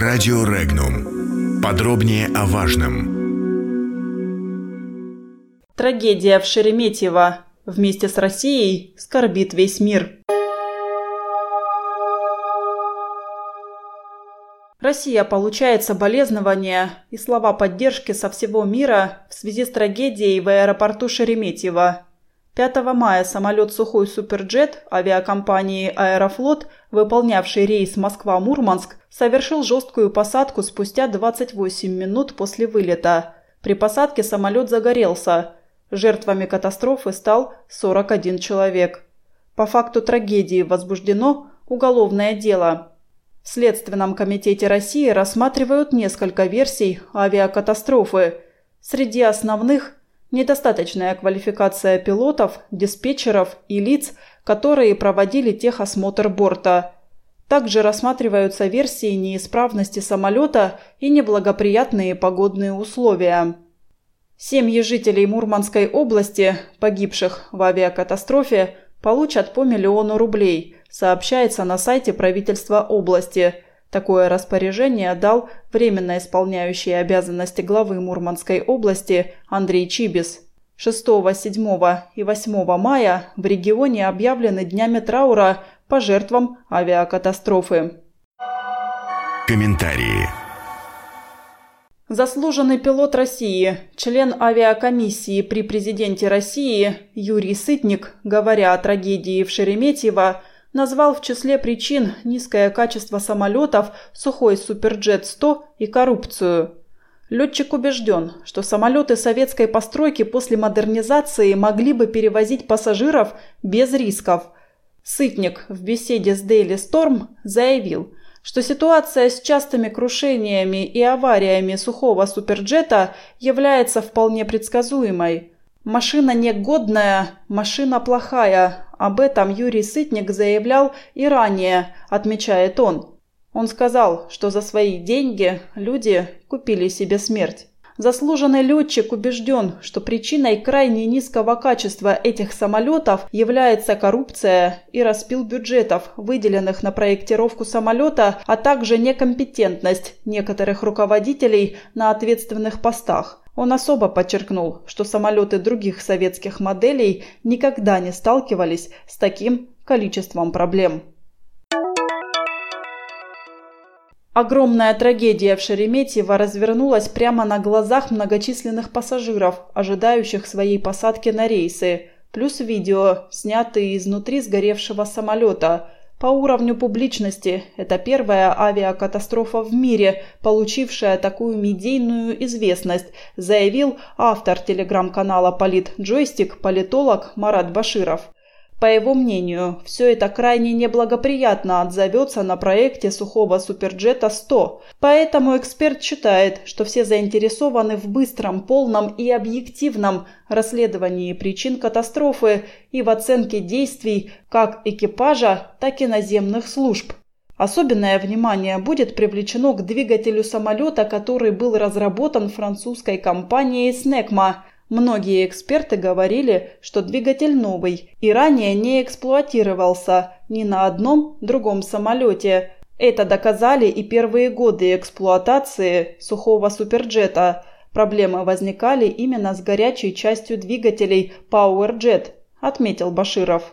Радио Регнум. Подробнее о важном. Трагедия в Шереметьево. Вместе с Россией скорбит весь мир. Россия получает соболезнования и слова поддержки со всего мира в связи с трагедией в аэропорту Шереметьево. 5 мая самолет «Сухой Суперджет» авиакомпании «Аэрофлот», выполнявший рейс Москва-Мурманск, совершил жесткую посадку спустя 28 минут после вылета. При посадке самолет загорелся. Жертвами катастрофы стал 41 человек. По факту трагедии возбуждено уголовное дело. В Следственном комитете России рассматривают несколько версий авиакатастрофы. Среди основных – недостаточная квалификация пилотов, диспетчеров и лиц, которые проводили техосмотр борта. Также рассматриваются версии неисправности самолета и неблагоприятные погодные условия. Семьи жителей Мурманской области, погибших в авиакатастрофе, получат по 1 миллиону рублей, сообщается на сайте правительства области. Такое распоряжение дал временно исполняющий обязанности главы Мурманской области Андрей Чибис. 6, 7 и 8 мая в регионе объявлены днями траура по жертвам авиакатастрофы. Комментарии. Заслуженный пилот России, член авиакомиссии при президенте России Юрий Сытник, говоря о трагедии в Шереметьево, назвал в числе причин низкое качество самолетов «Сухой Суперджет-100» и коррупцию. Летчик убежден, что самолеты советской постройки после модернизации могли бы перевозить пассажиров без рисков. Сытник в беседе с Daily Storm заявил, что ситуация с частыми крушениями и авариями сухого суперджета является вполне предсказуемой. «Машина негодная, машина плохая». Об этом Юрий Сытник заявлял и ранее, отмечает он. Он сказал, что за свои деньги люди купили себе смерть. Заслуженный летчик убежден, что причиной крайне низкого качества этих самолетов является коррупция и распил бюджетов, выделенных на проектировку самолета, а также некомпетентность некоторых руководителей на ответственных постах. Он особо подчеркнул, что самолеты других советских моделей никогда не сталкивались с таким количеством проблем. Огромная трагедия в Шереметьево развернулась прямо на глазах многочисленных пассажиров, ожидающих своей посадки на рейсы, плюс видео, снятые изнутри сгоревшего самолета. По уровню публичности это первая авиакатастрофа в мире, получившая такую медийную известность, заявил автор телеграм-канала «Политджойстик» политолог Марат Баширов. По его мнению, все это крайне неблагоприятно отзовется на проекте сухого Суперджета-100. Поэтому эксперт считает, что все заинтересованы в быстром, полном и объективном расследовании причин катастрофы и в оценке действий как экипажа, так и наземных служб. Особенное внимание будет привлечено к двигателю самолета, который был разработан французской компанией Снекма. Многие эксперты говорили, что двигатель новый и ранее не эксплуатировался ни на одном другом самолете. Это доказали и первые годы эксплуатации сухого суперджета. Проблемы возникали именно с горячей частью двигателей PowerJet, отметил Баширов.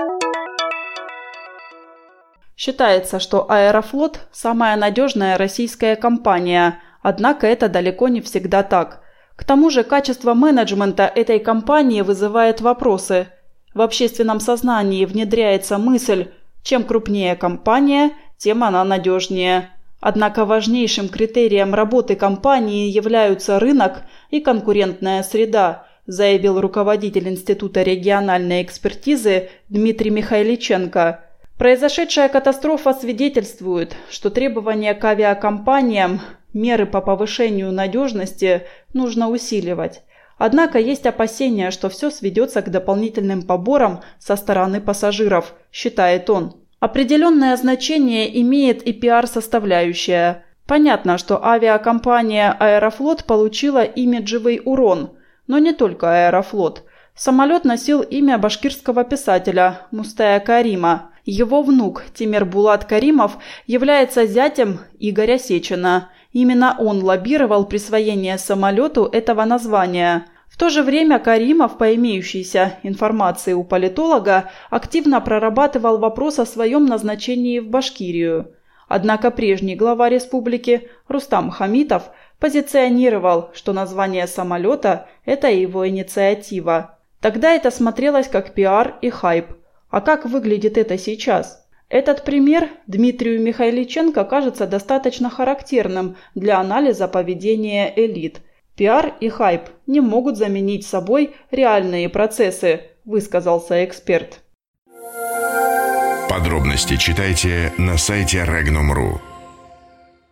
Считается, что «Аэрофлот» – самая надежная российская компания, однако это далеко не всегда так. К тому же качество менеджмента этой компании вызывает вопросы. В общественном сознании внедряется мысль, чем крупнее компания, тем она надежнее. Однако важнейшим критерием работы компании являются рынок и конкурентная среда, заявил руководитель Института региональной экспертизы Дмитрий Михайличенко. Произошедшая катастрофа свидетельствует, что требования к авиакомпаниям, меры по повышению надежности нужно усиливать. Однако есть опасения, что все сведется к дополнительным поборам со стороны пассажиров, считает он. Определенное значение имеет и пиар-составляющая. Понятно, что авиакомпания «Аэрофлот» получила имиджевый урон, но не только «Аэрофлот». Самолет носил имя башкирского писателя Мустая Карима. Его внук Тимер Булат Каримов является зятем Игоря Сечина. Именно он лоббировал присвоение самолету этого названия. В то же время Каримов, по имеющейся информации у политолога, активно прорабатывал вопрос о своем назначении в Башкирию. Однако прежний глава республики Рустам Хамитов позиционировал, что название самолета – это его инициатива. Тогда это смотрелось как пиар и хайп. А как выглядит это сейчас? Этот пример Дмитрию Михайличенко кажется достаточно характерным для анализа поведения элит. Пиар и хайп не могут заменить собой реальные процессы, высказался эксперт. Подробности читайте на сайте Regnum.ru.